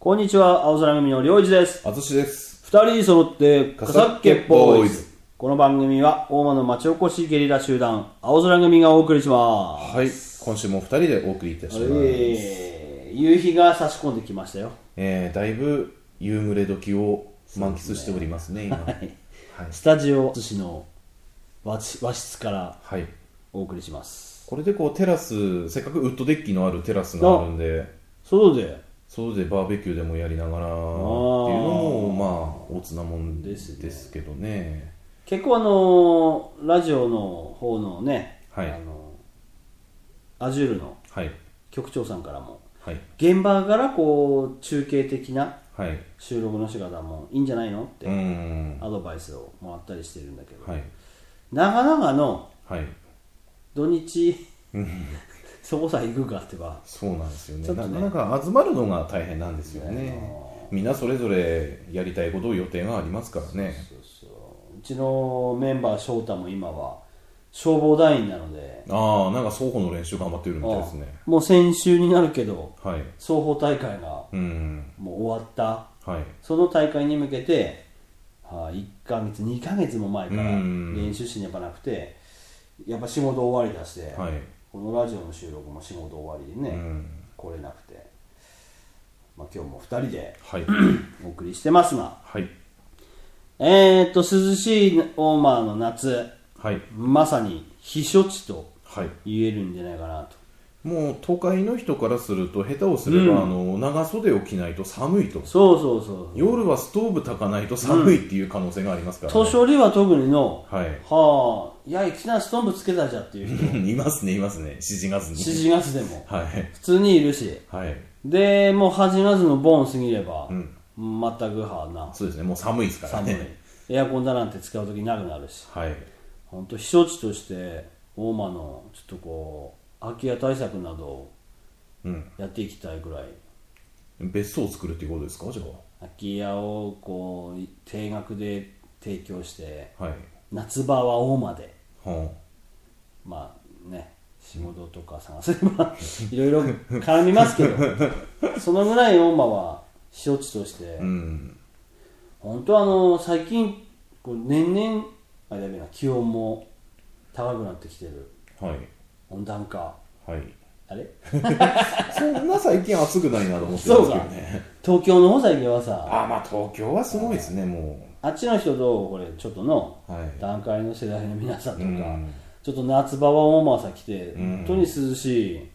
こんにちは、青空組の良一です。 あつしです。 二人揃ってかさっけボーイズ。 ズ。 この番組は大間の町おこしゲリラ集団青空組がお送りします。 はい、今週も二人でお送りいたします。 夕日が差し込んできましたよ。 だいぶ夕暮れ時を満喫しておりますね、今。はい。 スタジオ寿司の和室からはい。 お送りします。 これでこうテラス、せっかくウッドデッキのあるテラスがあるんで、 外でバーベキューでもやりながらっていうのもまあおつなもんですけどね。 結構ラジオの方のね、 はい、 アジュールのはい、 局長さんからも、 はい、 現場からこう中継的なはい、 収録の仕方もいいんじゃないのってアドバイスをもらったりしてるんだけど、 はい、 長々のはい、 土日そこさえ行くかってばそうなんですよね。 ちょっとね、 なかなか集まるのが大変なんですよね。みんなそれぞれやりたいことを予定がありますからね。 うちのメンバー翔太も今は消防団員なので、 なんか双方の練習頑張ってるみたいですね。 もう先週になるけど、 はい、 双方大会がもう終わった、 はい、 その大会に向けて、1ヶ月2ヶ月も前から練習しねばなくて、やっぱ仕事終わりだして、 はい、 このラジオの収録も仕事終わりでね、来れなくて、今日も2人で、はい、お送りしてますが、 はい、 涼しい大間の夏、 はい、 まさに避暑地と言えるんじゃないかなと。 もう都会の人からすると下手をすれば、長袖を着ないと寒いと。 そう夜はストーブ焚かないと寒いっていう可能性がありますからね。 年寄りは特にの、 はい、 いやいきなりストーブつけたじゃっていう人いますね、いますね。7月に 7月でも、 はい、 普通にいるし、 はい、 でもう8月のボン過ぎれば、全くそうですね、もう寒いですからね。 寒い、エアコンだなんて使う時なくなるし、 はい、 本当避暑地として大間のちょっとこう空き家対策などをやっていきたいぐらい、 別荘を作るっていうことですか。じゃあ空き家をこう定額で提供して、 はい、 夏場は大間で、まあね、仕事とか探せばいろいろ絡みますけどそのぐらい大間は避暑地として、本当最近こう年々あれだけど気温も高くなってきてる、 はい、 温暖化、 はい、 あれそんな最近暑くないなと思ってるんですけどね。 東京の方最近はさ、 まあ東京はすごいですね。もうあっちの人とこれちょっとの、段階の世代の皆さんとか、ちょっと夏場は大間朝来て、本当に涼しい、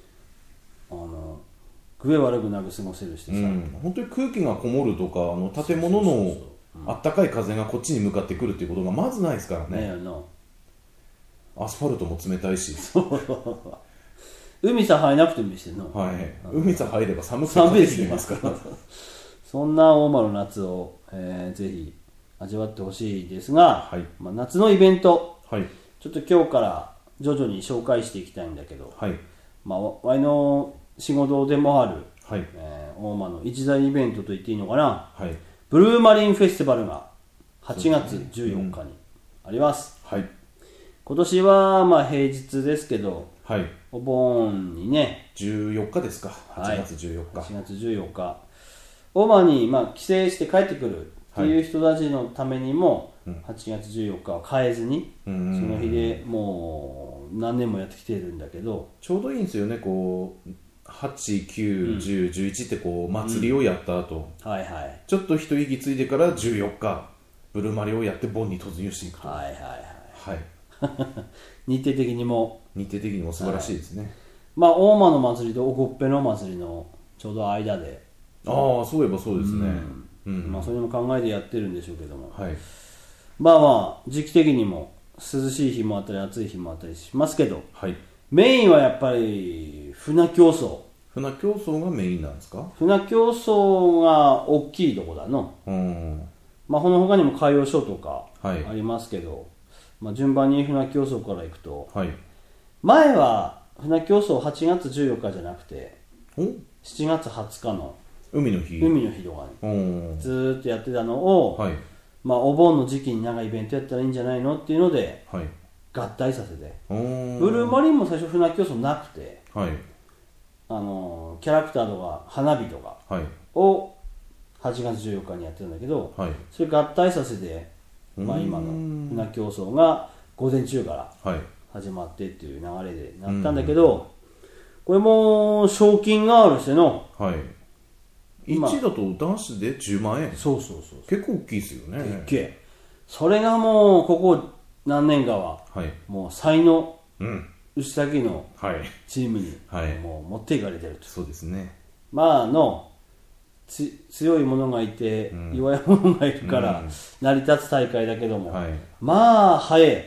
具合悪くなく過ごせるしてさ、 本当に空気がこもるとか、建物のあったかい風がこっちに向かってくるっていうことがまずないですからね。アスファルトも冷たいし、 海さ入らなくてもいいしてんの、 海さ入れば寒くて帰ってきますからそんな大間の夏を、ぜひ味わってほしいですが、夏のイベント、ちょっと今日から徐々に紹介していきたいんだけど、ワイの仕事でもある、大間の一大イベントと言っていいのかな、ブルーマリンフェスティバルが8月14日にあります。今年はまあ平日ですけど、お盆にね、 14日ですか、8月14日、 8月14日大間に帰省して帰ってくるっていう人たちのためにも、8月14日は変えずに、その日でもう何年もやってきてるんだけど、 ちょうどいいんですよね。こう8、9、10、11ってこう祭りをやった後、ちょっと一息ついてから14日ブルマリをやって盆に突入していくと。 日程的にも素晴らしいですね。 大間の祭りとおこっぺの祭りのちょうど間で、 そういえばそうですね。 それも考えてやってるんでしょうけども、時期的にも涼しい日もあったり暑い日もあったりしますけど、メインはやっぱり船競争がメインなんですか。 船競争が大きいとこだの。この他にも海洋ショーとかありますけど、順番に船競争からいくと、前は船競争8月14日じゃなくて7月20日の海の日とかにずーっとやってたのを、お盆の時期になんかイベントやったらいいんじゃないのっていうので、合体させて、ブルーマリンも最初船競争なくて、キャラクターとか花火とか、 を8月14日にやってるんだけど、はい、それ合体させて、まあ、今の船競争が午前中から始まってっていう流れでなったんだけど、これも賞金があるしての、 はい、1位だと男子で10万円。 そうそうそう、 結構大きいですよね。 でっけえ。それがもうここ何年かは、はい、もう才能、牛崎のチームにもう持っていかれてると、 そうですね。 まあ強い者がいて、弱い者がいるから成り立つ大会だけども、まあ早い。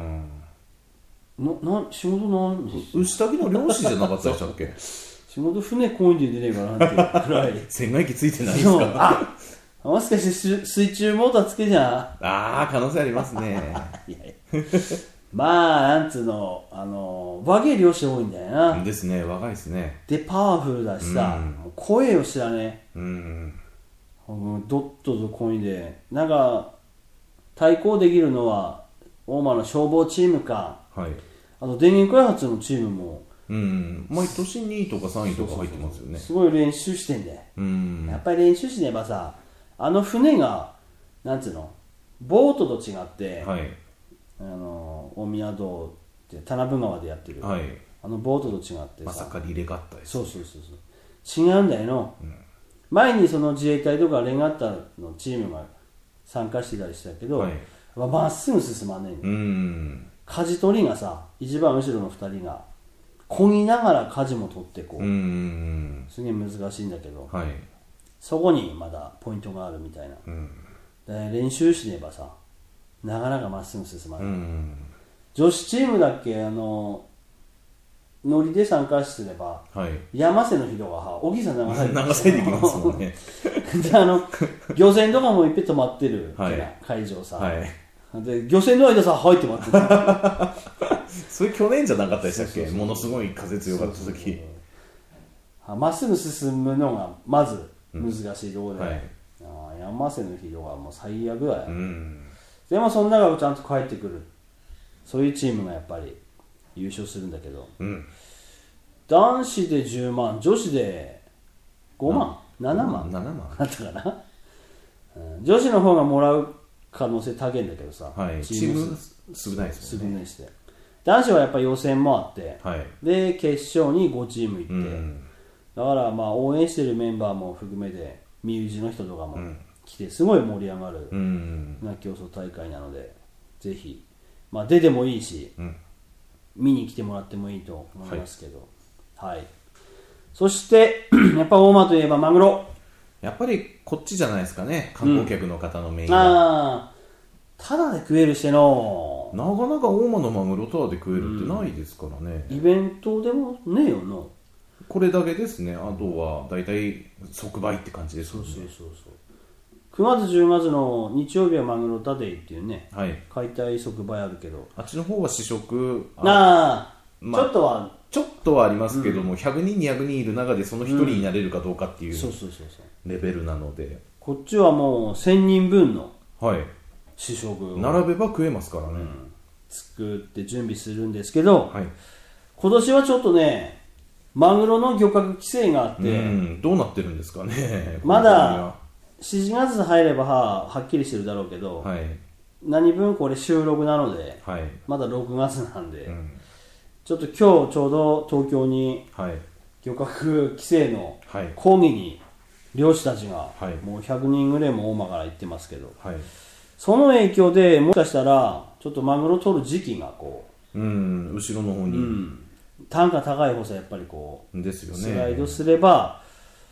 仕事なん牛崎の漁師じゃなかったでしたっけ？ 仕事船こいで出ねえかなっていうくらい。 船外機ついてないですか？ もしかして水中モーターつけじゃん。 ああ、可能性ありますね。いやいやまあなんつうの、若い漁師多いんだよな。 ですね、若いですね。 でパワフルだしさ、声を知らね、ドッととこいで、なんか対抗できるのは大間の消防チームか、はい、あと電源開発のチームも、 毎年2位とか3位とか入ってますよね。 すごい練習してんで、やっぱり練習しねばさ、船がなんつうの、ボートと違って、はい、大宮道って田辺川でやってる、はい、ボートと違ってさ、 まさかリレガッタです、 ね、そう違うんだよの、前にその自衛隊とかレガッタのチームが参加してたりしたけど、まっすぐ進まねえんだよ。舵取りがさ、一番後ろの2人が漕ぎながら舵も取ってこう、すげえ難しいんだけど、はい、そこにまだポイントがあるみたいな、で練習しねばさ、なかなかまっすぐ進まない。女子チームだっけ、ノリで参加すれば、はい、山瀬の人が小木さん流されてきますもんね。 で漁船とかもいっぺん止まってる、はい、会場さ、はい、で漁船の間さ入って待ってる。 それ去年じゃなかったでしたっけ？ものすごい風強かった時。 まっすぐ進むのがまず難しいところで、はい、山瀬の人がもう最悪だよ。でもその中をちゃんと帰ってくる、そういうチームがやっぱり優勝するんだけど、男子で10万、女子で5万、7万だったかな、女子の方がもらう可能性高いんだけどさ、 はい、チーム少ないですもんね。 して男子はやっぱり予選もあって、はい、で決勝に5チーム行って、だからまあ応援してるメンバーも含めて身内の人とかも来てすごい盛り上がるな競争大会なので、ぜひ、まあ、出てもいいし、見に来てもらってもいいと思いますけど、はい、そしてやっぱ大間といえばマグロ、 やっぱりこっちじゃないですかね、観光客の方のメインが、 ただで食えるしての、 なかなか大間のマグロただで食えるってないですからね、 イベントでもねえよな、 これだけですね。あとはだいたい即売って感じですね。 そう9月10月の日曜日はマグロタデイっていうね、はい、解体即売あるけど、 あっちの方は試食まあ、ちょっとはありますけども、100人200人いる中でその1人になれるかどうかっていうレベルなので、 こっちはもう1000人分の試食を、 並べば食えますからね、 作って準備するんですけど、はい、今年はちょっとねマグロの漁獲規制があって、 どうなってるんですかね。 まだ7月入ればはっきりしてるだろうけど、はい、何分これ収録なので、はい、まだ6月なんで、ちょっと今日ちょうど東京に漁獲規制の抗議に漁師たちがもう100人ぐらいも大間から行ってますけど、はい、その影響でもしかしたらちょっとマグロ取る時期がこう、 後ろの方に、 単価高い方さやっぱりこうですよね、 スライドすれば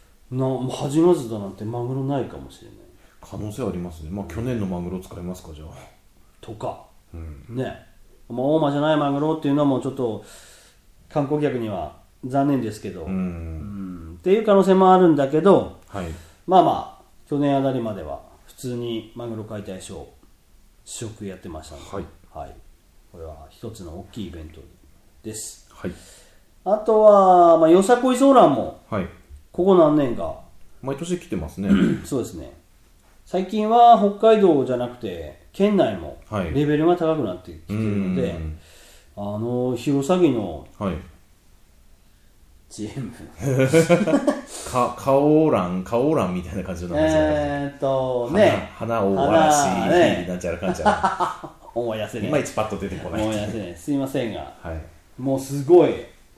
8月だなんてマグロないかもしれない。 可能性ありますね。まあ去年のマグロ使いますか、じゃあとか、ね、まあ、大間じゃないマグロっていうのもちょっと観光客には残念ですけど、っていう可能性もあるんだけど、はい、まあ去年あたりまでは普通にマグロ解体ショー試食やってましたので、はい、これは一つの大きいイベントです。はい、あとは、まあ、よさこいソーランも、ここ何年か毎年来てますね。 そうですね。最近は北海道じゃなくて県内もレベルが高くなってきているので、弘前の GM カオランみたいな感じの名前花をわらし、なんちゃらかんちゃら思い出せねいまいちパッと出てこない思い出せねすいませんが、はい、もうすごい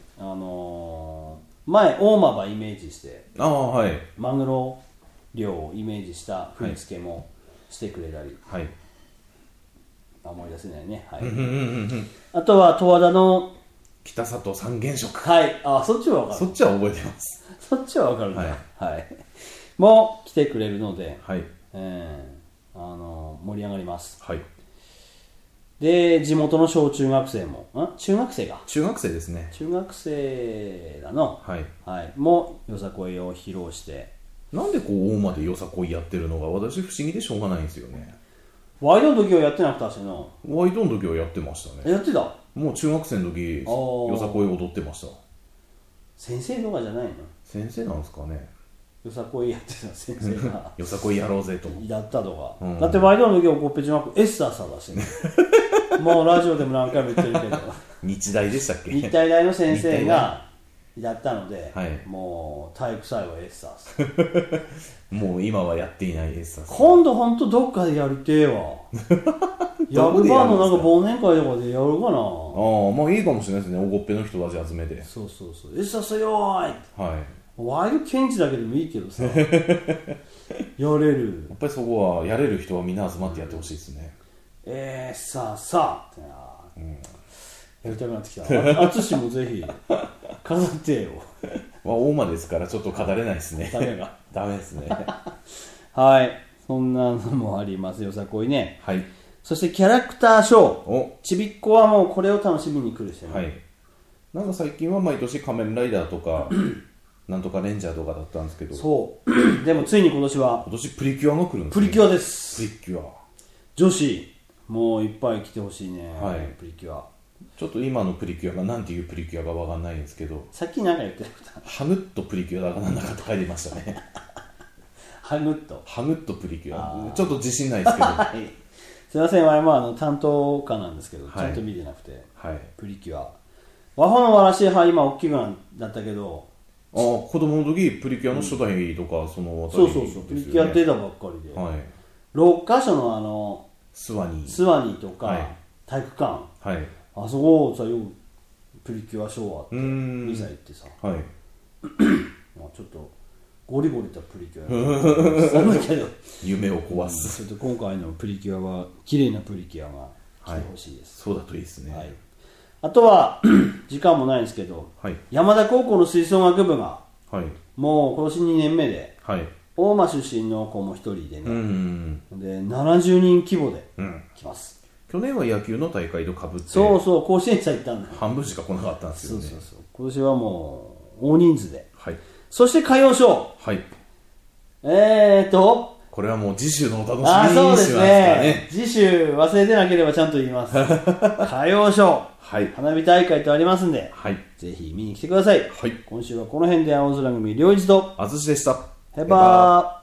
前大間ばイメージして、 はい、 マグロ漁をイメージした振り付けもしてくれたり、はい、思い出せないね、はい、あとは十和田の北里三原色、 はい、そっちは分かる、 そっちは覚えてます、 そっちは分かるんだ、はいはい、も来てくれるので、はい、盛り上がります、はい、で地元の小中学生も中学生ですね、 中学生らの、はいはい、もよさこいを披露して、 なんでこう大間でよさこいやってるのが私不思議でしょうがないんですよね。 ワイドの時はやってなくたしな。 ワイドの時はやってましたね。 やってた。 もう中学生の時よさこい踊ってました。 先生とかじゃないの？ 先生なんですかね。 よさこいやってた先生がよさこいやろうぜとやったとか、だってワイドの時はコッペじゃなくエッサーさんだしねもうラジオでも何回も言ってるけど日大でしたっけ？ 日体大の先生がやったので、はい、もう体育祭はエッサースもう今はやっていないエッサース。 今度ほんとどっかでやりてえわヤグバーのなんか忘年会とかでやるかな。 まあいいかもしれないですね、おごっぺの人たち集めて。 そうエッサースよーい、はい、ワイドケンチだけでもいいけどさやれる、 やっぱりそこはやれる人はみんな集まってやってほしいですね。 さあってやりたくなってきた。淳もぜひ飾ってよ大間ですからちょっと飾れないですね。ダメですねはい、そんなのもありますよさこいね。はい。そしてキャラクターショー、ちびっこはもうこれを楽しみに来る人ね。はい。 なんか最近は毎年仮面ライダーとかなんとかレンジャーとかだったんですけど、 そうでもついに今年プリキュアが来るんですね。プリキュアです。 プリキュア女子もういっぱい来てほしいね。はい。プリキュアちょっと今のプリキュアがなんていうプリキュアかわかんないんですけど、 さっきなんか言ってなかった？ ハヌットプリキュアだかなんだかって書いてましたねハヌットプリキュア、ちょっと自信ないですけどはい、 すいません、担当家なんですけど、ちゃんと見てなくて、はい、プリキュア和穂のわらしは今大きくなったけど、 子供の時プリキュアの初代とか、そのそうプリキュア出たばっかりで、はい、6カ所のスワニーとか、はい、体育館、はい、あそこさよくプリキュアショーあって2歳行ってさ、はい、ちょっとゴリゴリとプリキュアしたんだけど夢を壊す、 ちょっと今回のプリキュアは綺麗なプリキュアが来てほしいです、 はい、そうだといいですね、 はい、あとは時間もないんですけど、はい、山田高校の吹奏楽部が、はい、もう今年2年目で、はい、大間出身の子も一人でね、で70人規模で来ます、 去年は野球の大会とかぶって、 そう甲子園さ行ったんだよ。 半分しか来なかったんですよね。そう今年はもう大人数で、はい、そして歌謡ショー、はい、 これはもう次週のお楽しみにしますかね。 次週忘れてなければちゃんと言います歌謡ショー、はい、花火大会とありますんで、はい、ぜひ見に来てください、はい、今週はこの辺で青空組良一と淳でした。 ヘバー。